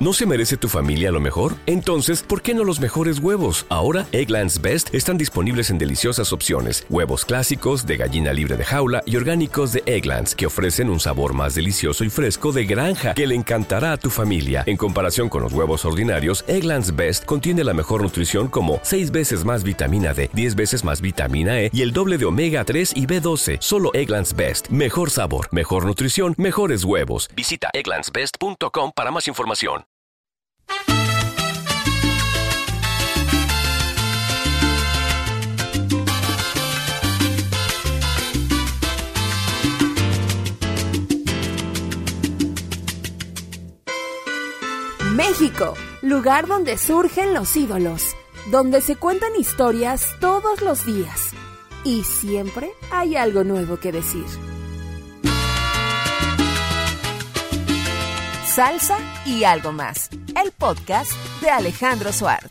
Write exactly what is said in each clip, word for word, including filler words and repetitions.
¿No se merece tu familia lo mejor? Entonces, ¿por qué no los mejores huevos? Ahora, Eggland's Best están disponibles en deliciosas opciones. Huevos clásicos, de gallina libre de jaula y orgánicos de Eggland's, que ofrecen un sabor más delicioso y fresco de granja que le encantará a tu familia. En comparación con los huevos ordinarios, Eggland's Best contiene la mejor nutrición como seis veces más vitamina D, diez veces más vitamina E y el doble de omega tres y B doce. Solo Eggland's Best. Mejor sabor, mejor nutrición, mejores huevos. Visita egglands best punto com para más información. México, lugar donde surgen los ídolos, donde se cuentan historias todos los días y siempre hay algo nuevo que decir. Salsa y algo más, el podcast de Alejandro Suart.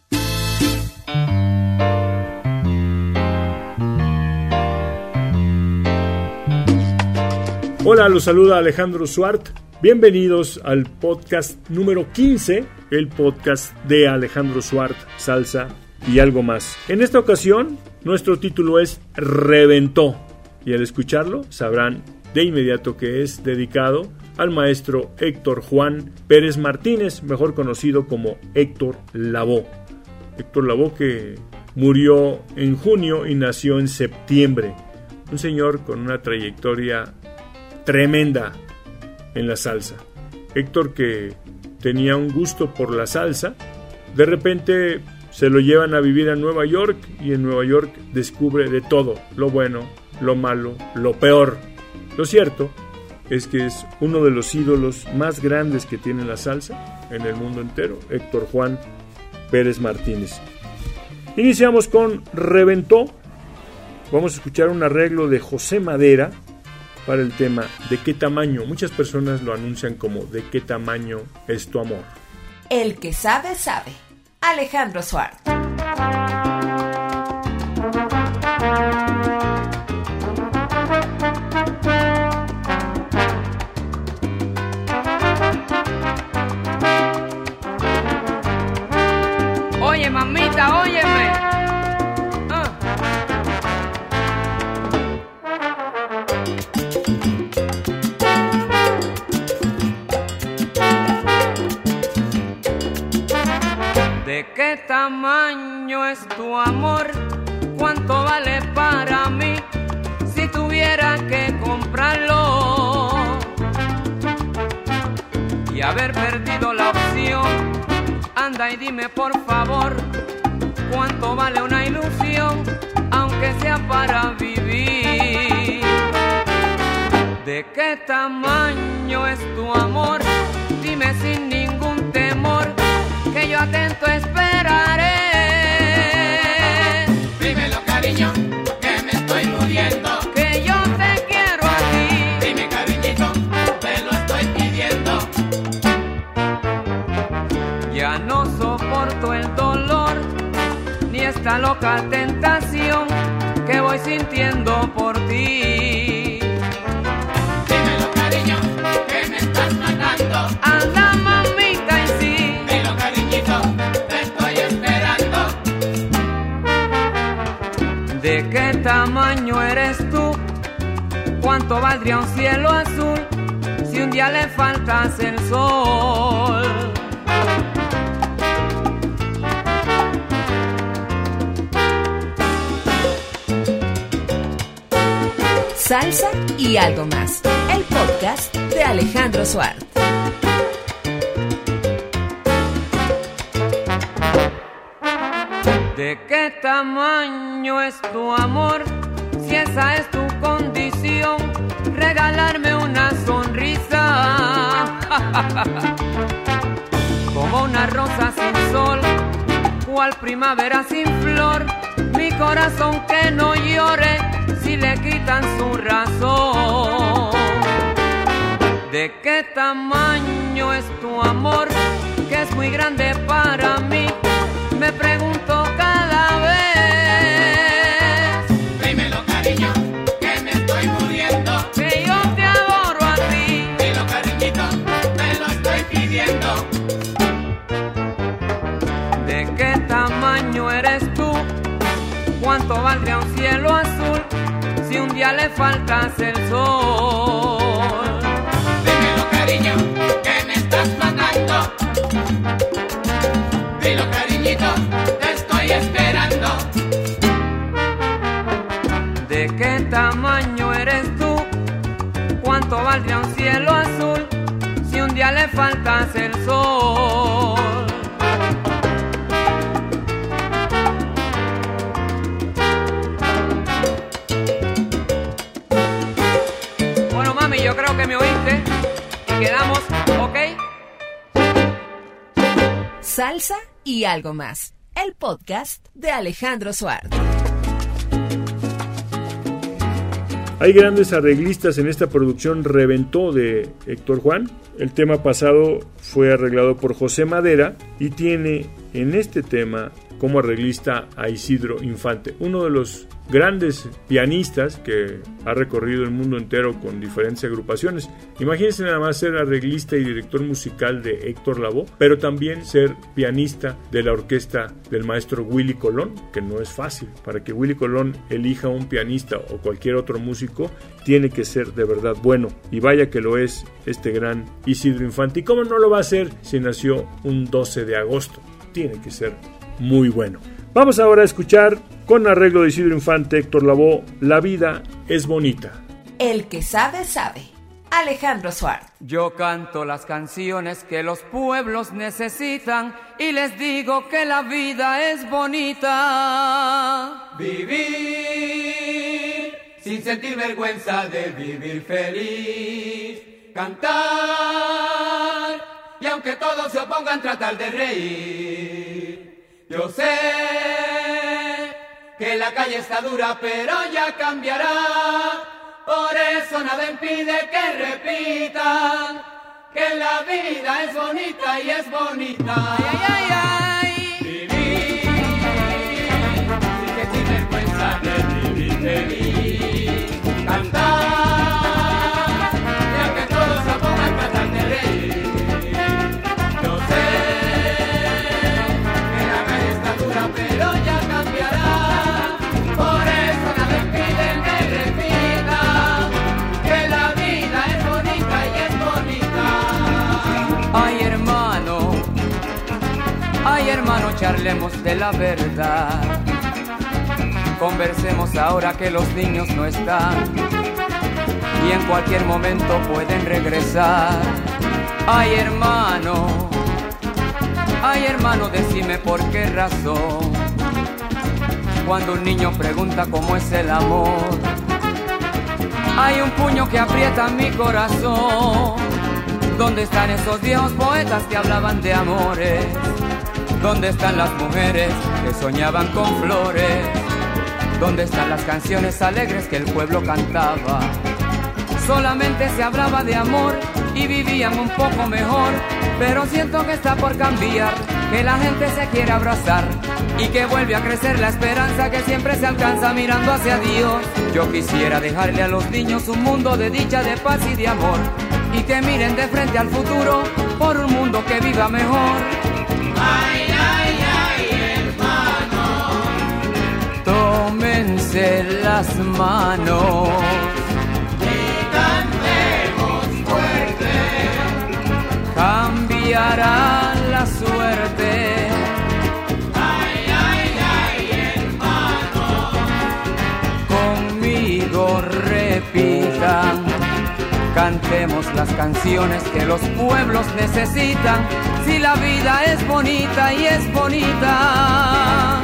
Hola, los saluda Alejandro Suart. Bienvenidos al podcast número quince, el podcast de Alejandro Suart, Salsa y algo más. En esta ocasión, nuestro título es Reventó, y al escucharlo sabrán de inmediato que es dedicado al maestro Héctor Juan Pérez Martínez, mejor conocido como Héctor Lavoe. Héctor Lavoe, que murió en junio y nació en septiembre. Un señor con una trayectoria tremenda en la salsa. Héctor, que tenía un gusto por la salsa, de repente se lo llevan a vivir a Nueva York y en Nueva York descubre de todo, lo bueno, lo malo, lo peor. Lo cierto es que es uno de los ídolos más grandes que tiene la salsa en el mundo entero, Héctor Juan Pérez Martínez. Iniciamos con Reventó. Vamos a escuchar un arreglo de José Madera para el tema ¿De qué tamaño? Muchas personas lo anuncian como ¿De qué tamaño es tu amor? El que sabe, sabe. Alejandro Suart. Oye, mamita, óyeme. ¿De qué tamaño es tu amor? ¿Cuánto vale para mí si tuviera que comprarlo? Y haber perdido la opción, anda y dime por favor, ¿cuánto vale una ilusión, aunque sea para vivir? ¿De qué tamaño es tu amor? Dime sin ningún temor, que yo atento esperaré. Dímelo, cariño, que me estoy muriendo. Que yo te quiero a ti. Dime, cariñito, te lo estoy pidiendo. Ya no soporto el dolor, ni esta loca tentación que voy sintiendo por ti. Dímelo, cariño, que me estás matando. Anda, mamita, y sí. Dilo, cariñito, te estoy esperando. ¿De qué tamaño eres tú? ¿Cuánto valdría un cielo azul si un día le faltas el sol? Salsa y algo más, el podcast de Alejandro Suart. ¿De qué tamaño es tu amor? Si esa es tu condición, regalarme una sonrisa. Como una rosa sin sol, cual primavera sin flor, mi corazón que no llore si le quitan su razón. ¿De qué tamaño es tu amor? Que es muy grande para mí, me pregunto cada vez. Dímelo, cariño, que me estoy muriendo. Que yo te adoro a ti. Dilo, cariñito, te lo estoy pidiendo. valdría un cielo azul si un día le faltase el sol? Dímelo, cariño, que me estás mandando. Dilo, cariñito, te estoy esperando. ¿De qué tamaño eres tú? ¿Cuánto valdría un cielo azul si un día le faltase el sol? Bueno, mami, yo creo que me oíste y quedamos, ¿ok? Salsa y algo más. El podcast de Alejandro Suárez. Hay grandes arreglistas en esta producción Reventó de Héctor Juan. El tema pasado fue arreglado por José Madera y tiene en este tema como arreglista a Isidro Infante, uno de los grandes pianistas que ha recorrido el mundo entero con diferentes agrupaciones. Imagínense nada más ser arreglista y director musical de Héctor Lavoe, pero también ser pianista de la orquesta del maestro Willy Colón, que no es fácil. Para que Willy Colón elija un pianista o cualquier otro músico, tiene que ser de verdad bueno, y vaya que lo es este gran Isidro Infante. ¿Y cómo no lo va a hacer si nació un doce de agosto? Tiene que ser muy bueno. Vamos ahora a escuchar, con arreglo de Isidro Infante, Héctor Lavoe, La vida es bonita. El que sabe, sabe. Alejandro Suárez. Yo canto las canciones que los pueblos necesitan y les digo que la vida es bonita. Vivir sin sentir vergüenza de vivir feliz. Cantar y aunque todos se opongan tratar de reír. Yo sé que la calle está dura pero ya cambiará. Por eso nada impide que repitan que la vida es bonita y es bonita. Ay, ay, ay. Vivir sin sentir vergüenza de vivir feliz. Cantar y aunque todos se pongan a tratar de reír. Yo sé que la calle está dura pero ya cambiará. Por eso nada impide que repitan que la vida es bonita y es bonita. Ay, hermano, ay, hermano, charlemos de la verdad. Conversemos ahora que los niños no están y en cualquier momento pueden regresar. Ay, hermano, ay, hermano, decime por qué razón cuando un niño pregunta cómo es el amor, hay un puño que aprieta mi corazón. ¿Dónde están esos viejos poetas que hablaban de amores? ¿Dónde están las mujeres que soñaban con flores? ¿Dónde están las canciones alegres que el pueblo cantaba? Solamente se hablaba de amor y vivían un poco mejor. Pero siento que está por cambiar, que la gente se quiere abrazar y que vuelve a crecer la esperanza que siempre se alcanza mirando hacia Dios. Yo quisiera dejarle a los niños un mundo de dicha, de paz y de amor, y que miren de frente al futuro por un mundo que viva mejor. Ay, ay, ay, hermano. Tómense las manos Y cantemos fuerte. cambiará la suerte. Ay, ay, ay, hermano. Conmigo repitan, cantemos las canciones que los pueblos necesitan. Si la vida es bonita y es bonita.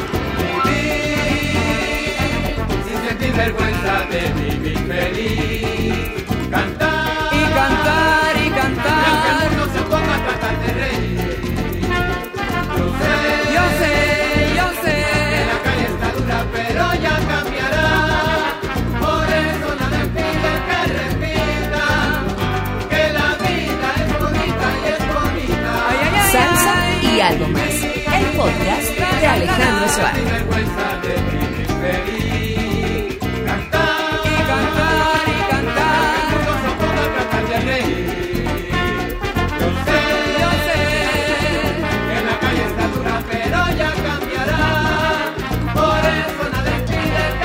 Vivir sin sentir vergüenza de vivir feliz. Cantar Y cantar y y aunque el cantar. mundo se ponga a tratar de reír. Yo sé, Yo sé, yo que sé. la calle está dura pero ya cambiará. Por eso nada impide que repitan que la vida es bonita y es bonita. Ay, ay, ay, Salsa ay. y algo más. El podcast de Alejandro Sin Suárez. vergüenza de vivir feliz. Cantar Y cantar y cantar. no se ponga a tratar de reír. Yo sé, Yo sé. que la calle está dura pero ya cambiará. Por eso nada impide que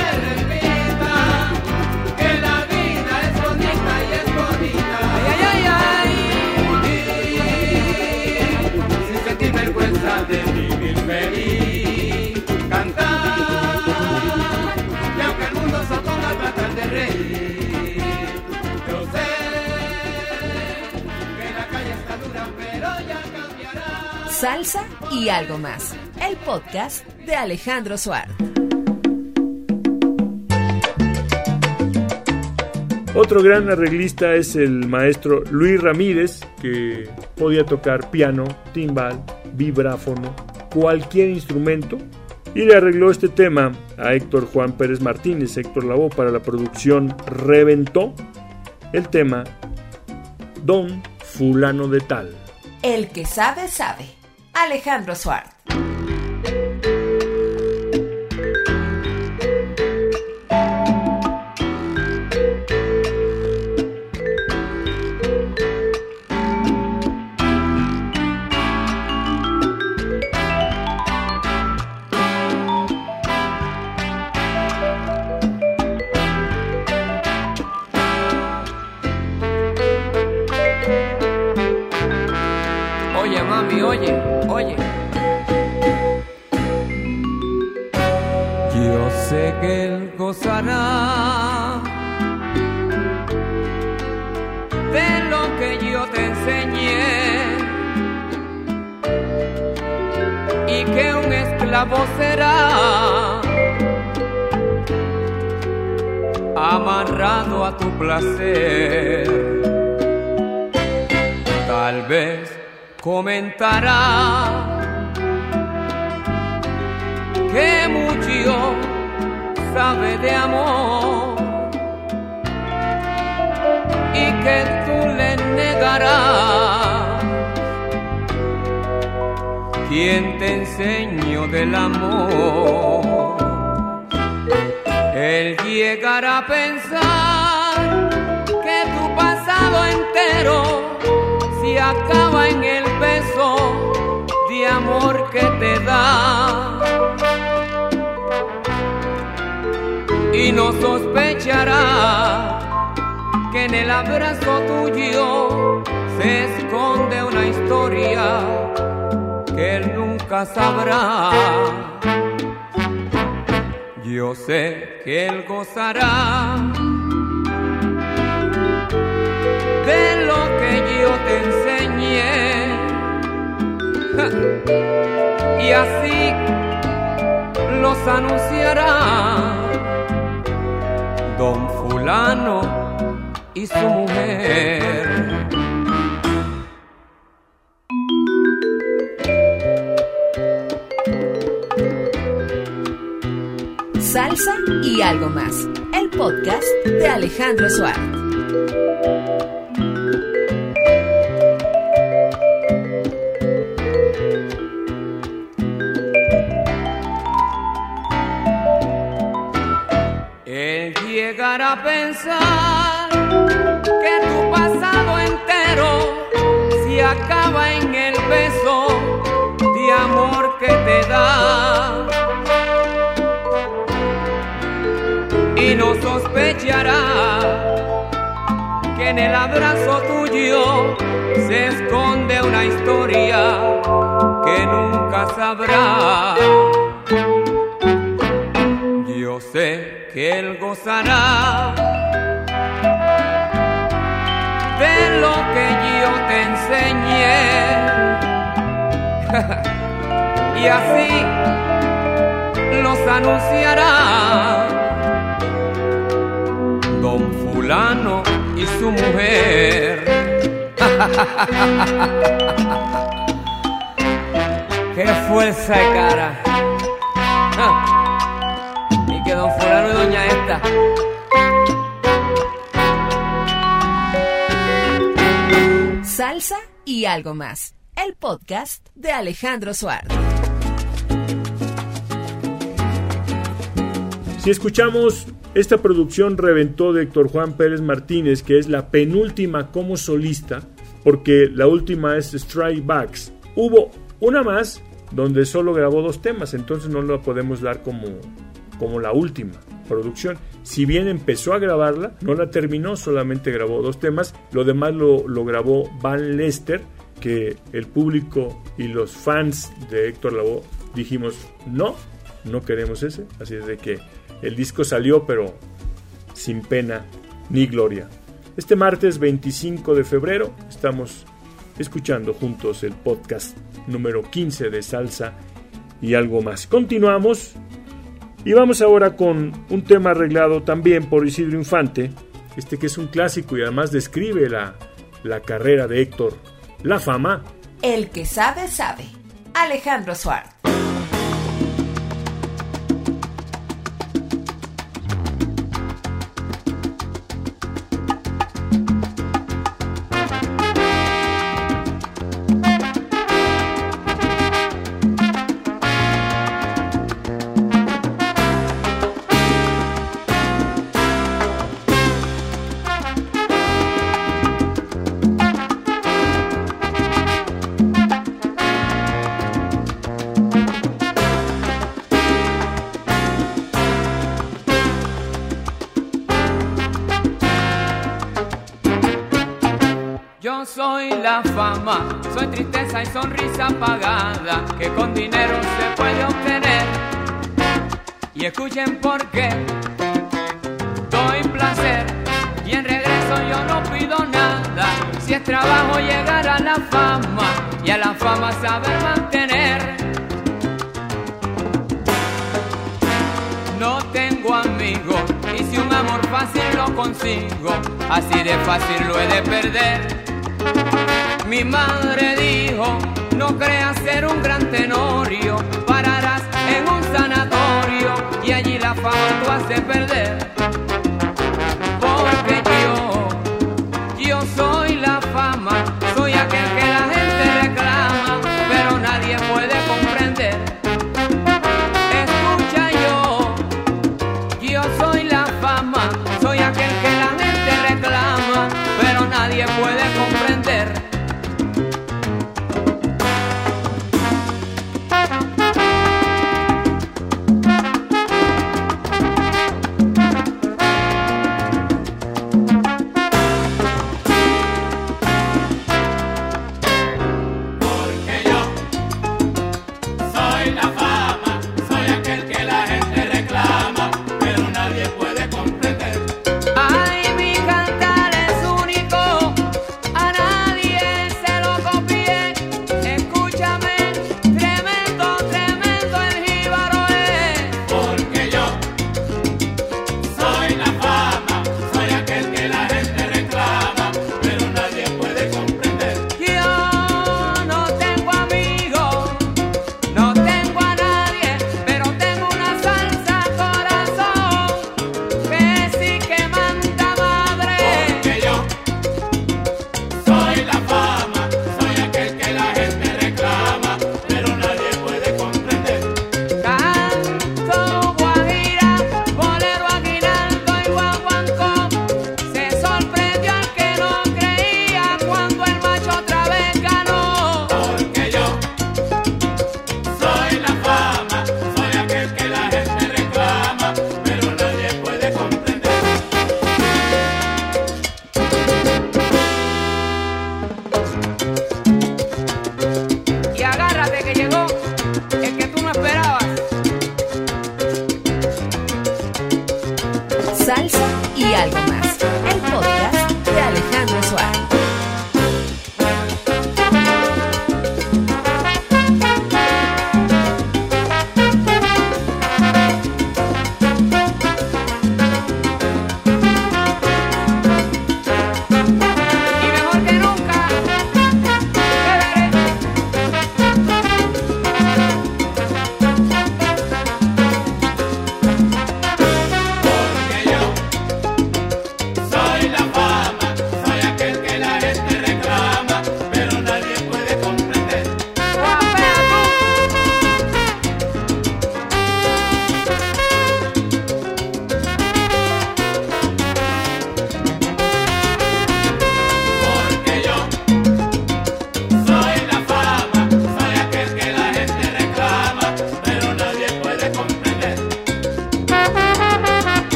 Salsa y algo más, el podcast de Alejandro Suárez. Otro gran arreglista es el maestro Luis Ramírez, que podía tocar piano, timbal, vibráfono, cualquier instrumento, y le arregló este tema a Héctor Juan Pérez Martínez, Héctor Lavoe, para la producción Reventó, el tema Don Fulano de Tal. El que sabe, sabe. Alejandro Suárez. Oye, mami, oye, oye. Yo sé que él gozará de lo que yo te enseñé y que un esclavo será amarrado a tu placer. Tal vez comentará que mucho sabe de amor y que tú le negarás. ¿Quién te enseñó del amor? Él llegará a pensar que tu pasado entero se acaba en el beso de amor que te da, y no sospechará que en el abrazo tuyo se esconde una historia que él nunca sabrá. Yo sé que él gozará de lo que yo te enseñé, y así los anunciará Don Fulano y su mujer. Salsa y algo más, el podcast de Alejandro Suárez. Él llegará a pensar que tu pasado entero se acaba en el beso de amor que te da, y no sospechará que en el abrazo tuyo se esconde una historia que nunca sabrá. Yo sé que él gozará de lo que yo te enseñé, y así los anunciará Don Fulano y su mujer. ¡Qué fuerza de cara! Ah. Y que Don Fulano y Doña esta. Salsa y algo más, el podcast de Alejandro Suárez. Si escuchamos esta producción Reventó de Héctor Juan Pérez Martínez, que es la penúltima como solista, porque la última es Strike Backs. Hubo una más donde solo grabó dos temas, entonces no la podemos dar como, como la última producción. Si bien empezó a grabarla, no la terminó, solamente grabó dos temas. Lo demás lo, lo grabó Van Lester, que el público y los fans de Héctor Lavoe dijimos no, no queremos ese, así es de que el disco salió, pero sin pena ni gloria. Este martes veinticinco de febrero estamos escuchando juntos el podcast número quince de Salsa y Algo Más. Continuamos y vamos ahora con un tema arreglado también por Isidro Infante, este que es un clásico y además describe la, la carrera de Héctor La Fama. El que sabe, sabe. Alejandro Suárez. Yo soy la fama, soy tristeza y sonrisa apagada que con dinero se puede obtener. Y escuchen por qué doy placer y en regreso yo no pido nada. Si es trabajo llegar a la fama y a la fama saber mantener. No tengo amigos y si un amor fácil lo consigo, así de fácil lo he de perder. Mi madre dijo, no creas ser un gran tenorio, pararás en un sanatorio y allí la fama tú has de perder. Porque yo, yo soy la fama, soy aquel que la gente reclama, pero nadie puede comprender. Escucha yo, yo soy la fama, soy aquel que la gente reclama, pero nadie puede comprender. No tengo a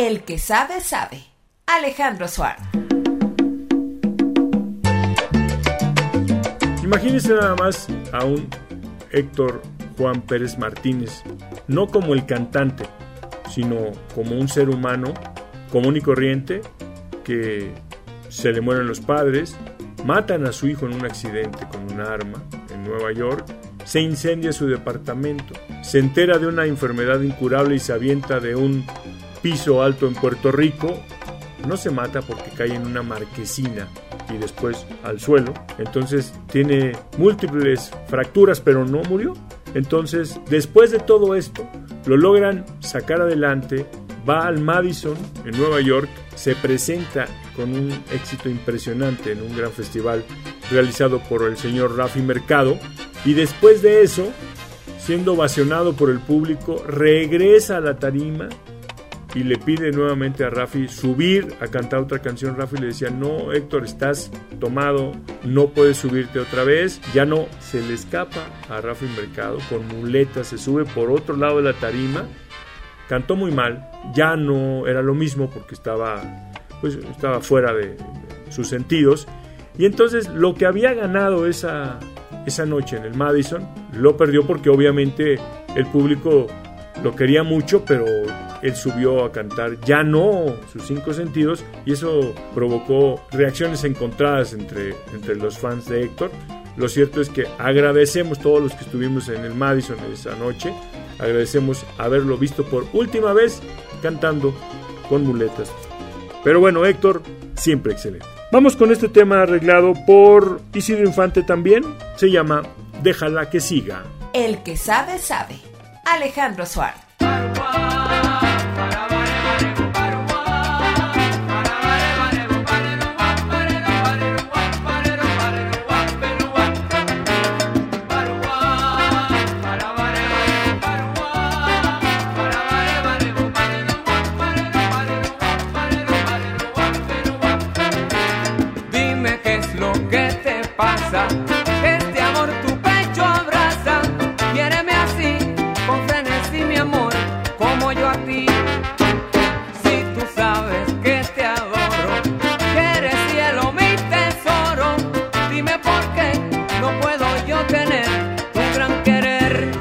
El que sabe, sabe. Alejandro Suárez. Imagínense nada más a un Héctor Juan Pérez Martínez, no como el cantante, sino como un ser humano común y corriente, que se le mueren los padres, matan a su hijo en un accidente con un arma en Nueva York, se incendia su departamento, se entera de una enfermedad incurable y se avienta de un piso alto en Puerto Rico. No se mata porque cae en una marquesina y después al suelo. Entonces tiene múltiples fracturas, pero no murió. Entonces, después de todo esto, lo logran sacar adelante. Va al Madison en Nueva York, se presenta con un éxito impresionante en un gran festival realizado por el señor Rafi Mercado, y después de eso, siendo ovacionado por el público, regresa a la tarima y le pide nuevamente a Rafi subir a cantar otra canción. Rafi le decía: no, Héctor, estás tomado, no puedes subirte otra vez. Ya no, se le escapa a Rafi Mercado, con muletas, se sube por otro lado de la tarima. Cantó muy mal, ya no era lo mismo porque estaba, pues, estaba fuera de sus sentidos. Y entonces lo que había ganado esa, esa noche en el Madison, lo perdió porque obviamente el público lo quería mucho, pero él subió a cantar ya no sus cinco sentidos, y eso provocó reacciones encontradas entre, entre los fans de Héctor. Lo cierto es que agradecemos todos los que estuvimos en el Madison esa noche. Agradecemos haberlo visto por última vez cantando con muletas. Pero bueno, Héctor, siempre excelente. Vamos con este tema arreglado por Isidro Infante también. Se llama Déjala que siga. El que sabe, sabe. Alejandro Suárez. Este amor tu pecho abraza, quiéreme así, con frenesí mi amor, como yo a ti. Si tú sabes que te adoro, que eres cielo mi tesoro, dime por qué no puedo yo tener tu gran querer.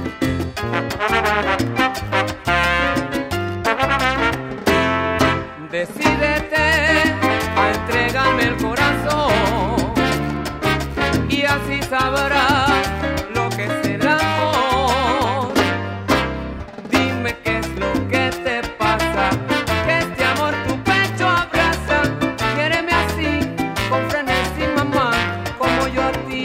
Decídete a entregarme el corazón, y así sabrás lo que es el amor. Dime qué es lo que te pasa, que este amor tu pecho abraza, quiéreme así, con frenesí mamá, como yo a ti.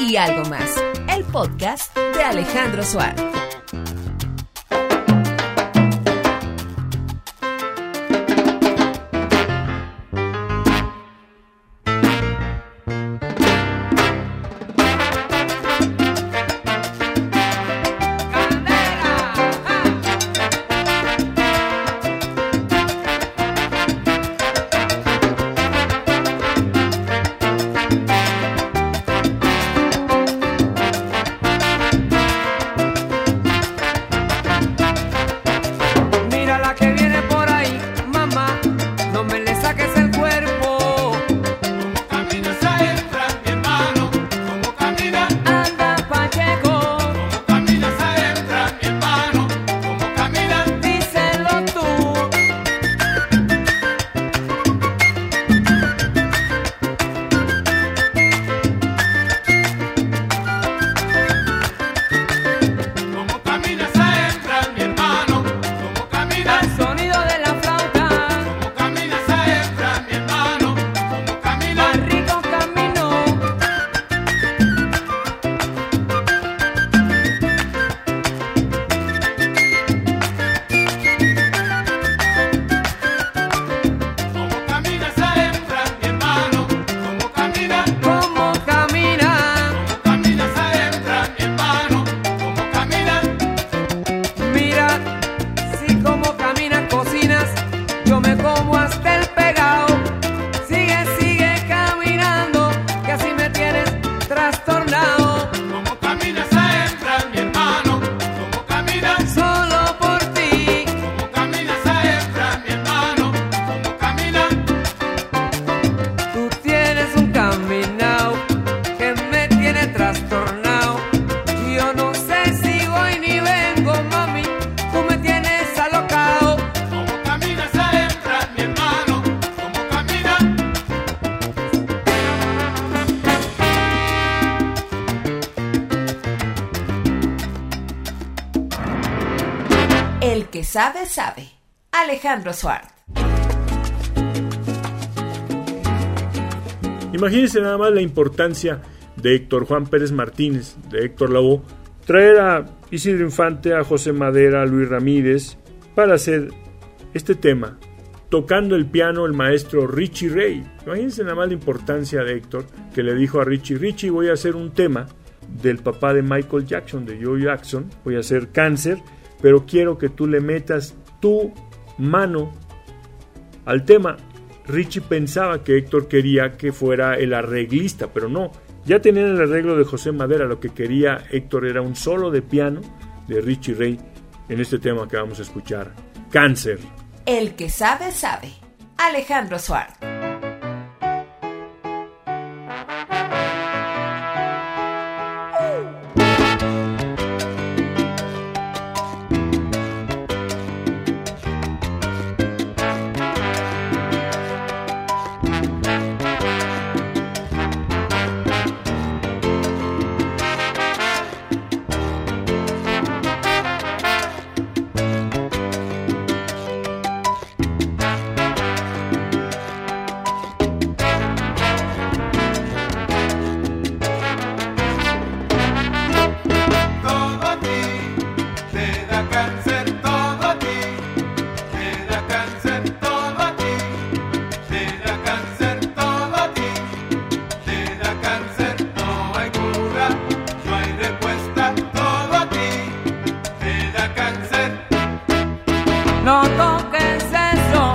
y algo más. El podcast de Alejandro Suárez. El que sabe, sabe. Alejandro Suárez. Imagínense nada más la importancia de Héctor Juan Pérez Martínez, de Héctor Lavoe, traer a Isidro Infante, a José Madera, a Luis Ramírez, para hacer este tema, tocando el piano el maestro Richie Ray. Imagínense nada más la importancia de Héctor, que le dijo a Richie, Richie, voy a hacer un tema del papá de Michael Jackson, de Joe Jackson, voy a hacer Cáncer, pero quiero que tú le metas tu mano al tema. Richie pensaba que Héctor quería que fuera el arreglista, pero no, ya tenían el arreglo de José Madera. Lo que quería Héctor era un solo de piano de Richie Ray en este tema que vamos a escuchar, Cáncer. El que sabe, sabe. Alejandro Suárez. No toques eso,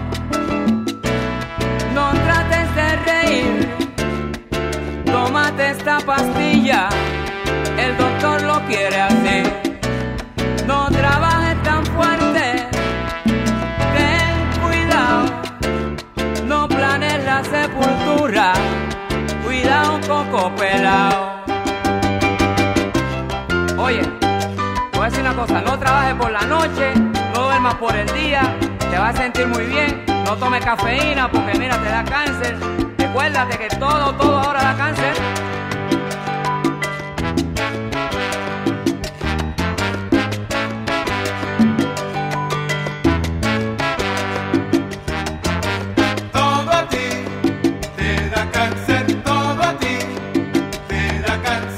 no trates de reír, tómate esta pastilla, el doctor lo quiere así. No trabajes tan fuerte, ten cuidado, no planes la sepultura, cuidado un coco pelado. Oye, te voy a decir una cosa, no trabajes por la noche, no duermas por el día, te vas a sentir muy bien. No tomes cafeína porque mira, te da cáncer. Recuérdate que todo, todo ahora da cáncer. Todo a ti te da cáncer, todo a ti te da cáncer.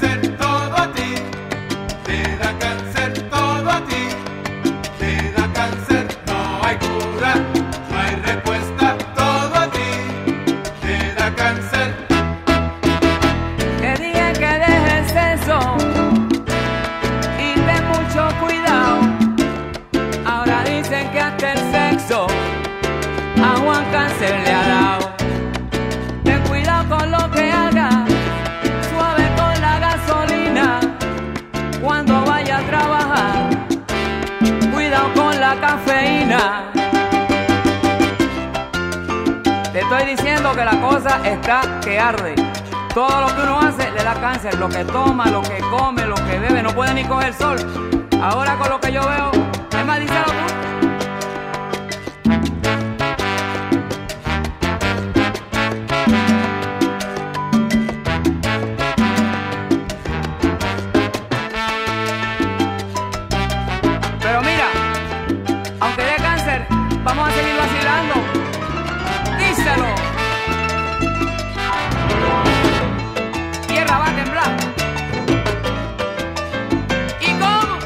la cafeína. Te estoy diciendo que la cosa está que arde. Todo lo que uno hace le da cáncer. Lo que toma, lo que come, lo que bebe. No puede ni coger sol. Ahora con lo que yo veo, es más, díselo tú. Pero mira, aunque dé cáncer, vamos a seguir vacilando. Díselo. Tierra va a temblar. ¿Y cómo?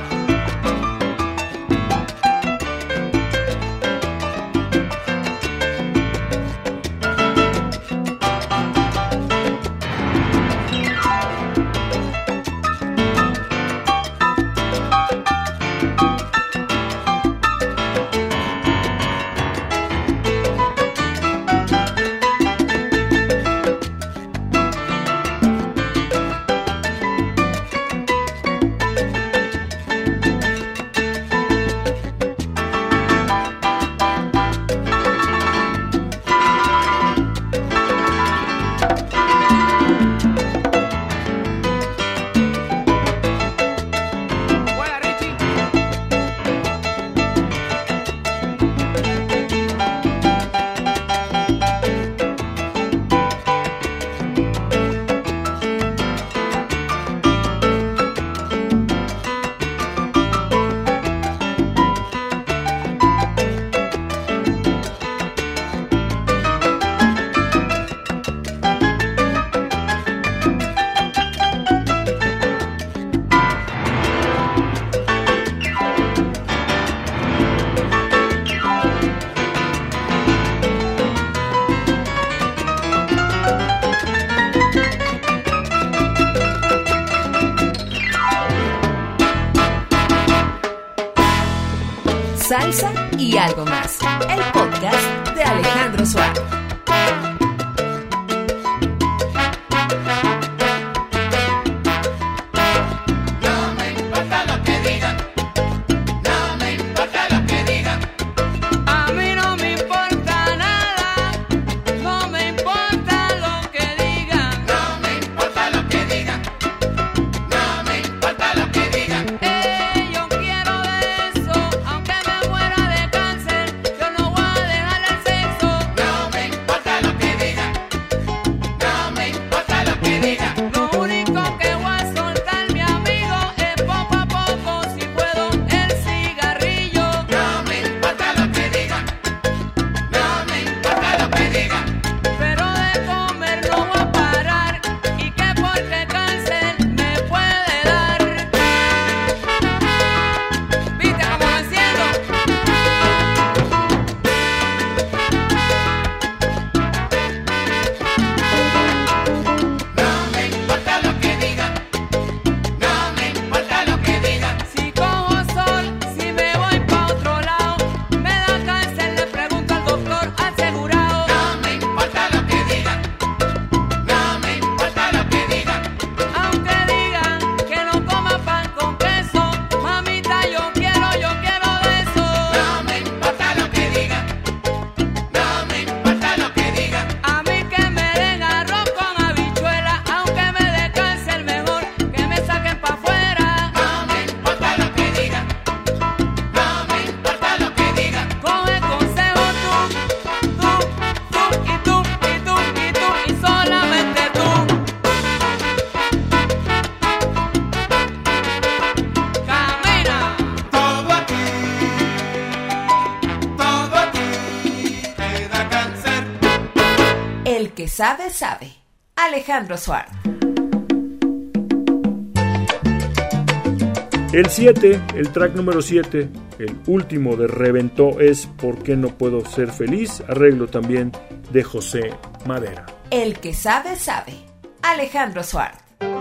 Salsa y algo más. El podcast de Alejandro Suárez. No me importa lo que digan, no me importa lo que digan. A mí no me importa nada, no me importa lo que digan. No me importa lo que digan, no me importa lo que digan. Eh, yo quiero eso, aunque me muera de cáncer, yo no voy a dejar el sexo. No me importa lo que digan, no me importa lo que digan. Lo único que voy a soltar, mi amigo, es poco a poco, si puedo, el cigarrillo. No me importa lo que digan, no me importa lo que digan. Pero de comer no voy a parar, y que porque cáncer me puede dar. ¿Viste cómo lo enciendo? No me importa lo que digan, no me importa lo que digan. Si cojo sol, si me voy pa' otro lado, me da cáncer, le pregunto al doctor asegurado. No me importa lo que digan, no me importa lo que digan. Aunque digan que no coma pan con queso, mamita, yo quiero, yo quiero de eso. No me importa lo que digan, no me importa lo que digan. A mí que me den arroz con habichuela, aunque me dé cáncer, mejor que me saquen pa' afuera. No me importa lo que digan, no me importa lo que digan. Coge consejo tú, tú, tú y tú, y tú, y tú, y solamente tú. Camina. Todo aquí, todo aquí te da cáncer. El que sabe, sabe. Alejandro Suárez. El siete, el track número siete, el último de Reventó, es ¿Por qué no puedo ser feliz? Arreglo también de José Madera. El que sabe, sabe. Alejandro Suárez.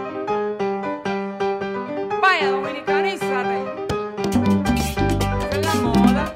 Vaya, dominicanízate. Esa es la moda.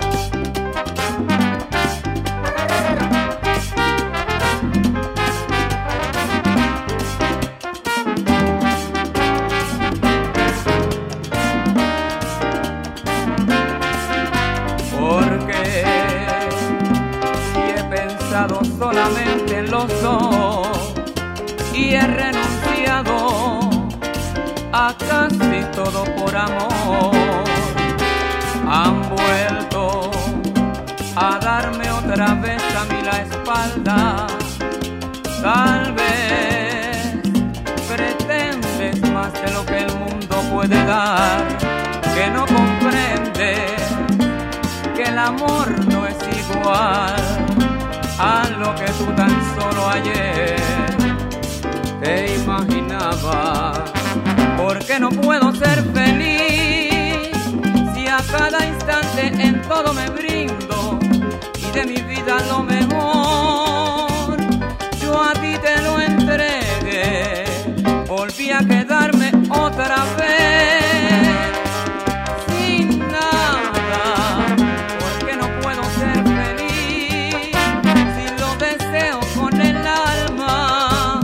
y he renunciado a casi todo por amor. Han vuelto a darme otra vez a mí la espalda. Tal vez pretendes más de lo que el mundo puede dar, que no comprendes que el amor no es igual a lo que tú tan solo ayer te imaginabas. Porque no puedo ser feliz si a cada instante en todo me brindo y de mi vida lo mejor yo a ti te lo entregué. Volví a quedarme otra vez sin nada, porque no puedo ser feliz si lo deseo con el alma.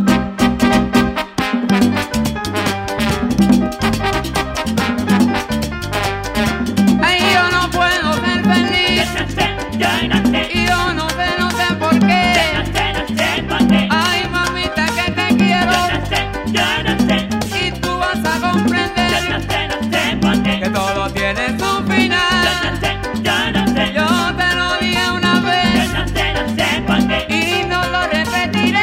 Ay, yo no puedo ser feliz, y yo no sé, no sé por qué. Ay, mamita, que te quiero, y tú vas a comprender que todo tiene su final. Yo te lo dije una vez y no lo repetiré.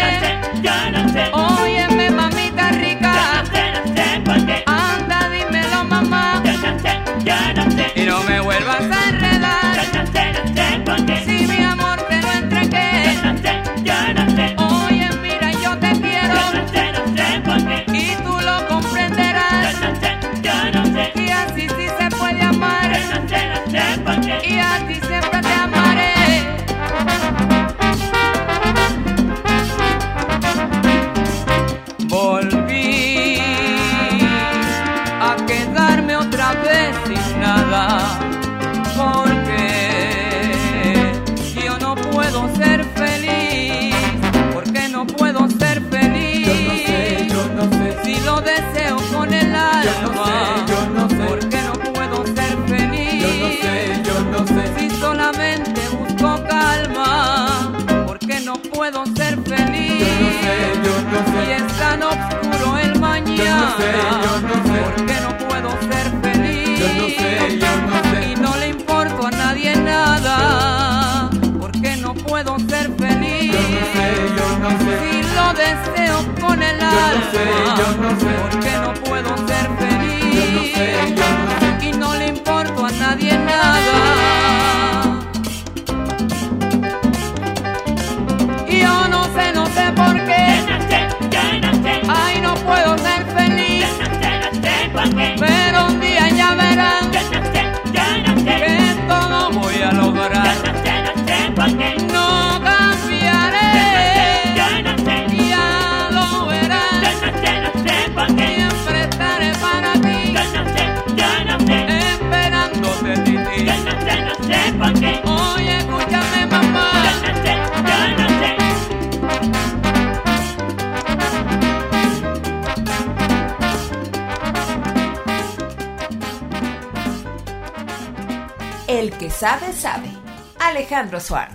Óyeme, mamita rica, anda, dímelo, mamá, y no me vuelvas a enredar. Si mi amor te lo entregué, oye, mira, yo te quiero y tú lo comprenderás. Y así sí se puede amar, y así siempre te amaré. Volví a quedarme otra vez sin nada, porque yo no puedo ser feliz, porque no puedo ser feliz. Yo no sé, yo no sé si lo deseo con el alma. Yo no sé, yo no sé, porque no puedo ser feliz. Yo no sé, yo no sé si solamente busco calma, porque no puedo ser feliz. Yo no sé, yo no sé, y es tan oscuro el mañana. Yo no sé, yo no sé, porque no puedo ser feliz. Yo no sé, yo no sé, y no le importo a nadie nada, porque no puedo ser feliz. Yo no sé, yo no sé si lo deseo con el alma. Yo no sé, yo no sé, porque no puedo ser feliz. Yo no sé, yo no sé, y no le importo a nadie nada. Y yo no sé, no sé por qué. Ay, no puedo ser feliz, pero un día ya verán que todo voy a lograr. No cambiaré, ya lo verás. Siempre estaré para ti, esperándote, Titi. Oye, escúchame, mamá. El que sabe, sabe. Alejandro Suárez.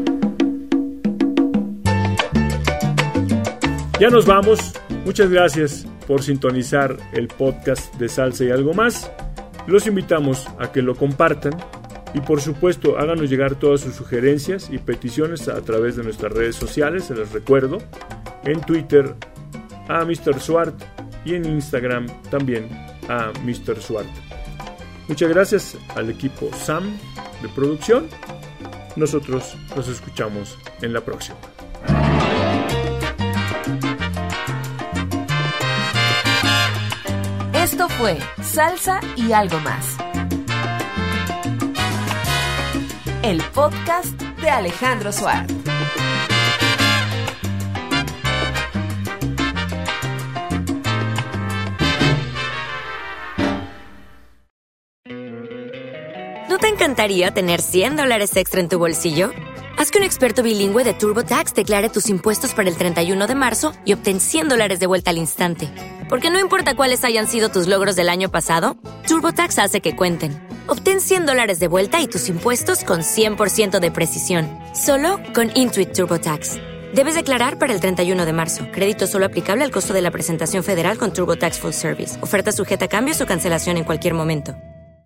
Ya nos vamos. Muchas gracias por sintonizar el podcast de Salsa y Algo Más. Los invitamos a que lo compartan y por supuesto háganos llegar todas sus sugerencias y peticiones a través de nuestras redes sociales. Se les recuerdo, en Twitter a mister Suárez y en Instagram también a mister Suárez. Muchas gracias al equipo Sam de producción. Nosotros nos escuchamos en la próxima. Esto fue Salsa y Algo Más, el podcast de Alejandro Suárez. ¿No te encantaría tener cien dólares extra en tu bolsillo? Haz que un experto bilingüe de TurboTax declare tus impuestos para el treinta y uno de marzo y obtén cien dólares de vuelta al instante. Porque no importa cuáles hayan sido tus logros del año pasado, TurboTax hace que cuenten. Obtén cien dólares de vuelta y tus impuestos con cien por ciento de precisión, solo con Intuit TurboTax. Debes declarar para el treinta y uno de marzo. Crédito solo aplicable al costo de la presentación federal con TurboTax Full Service. Oferta sujeta a cambios o cancelación en cualquier momento.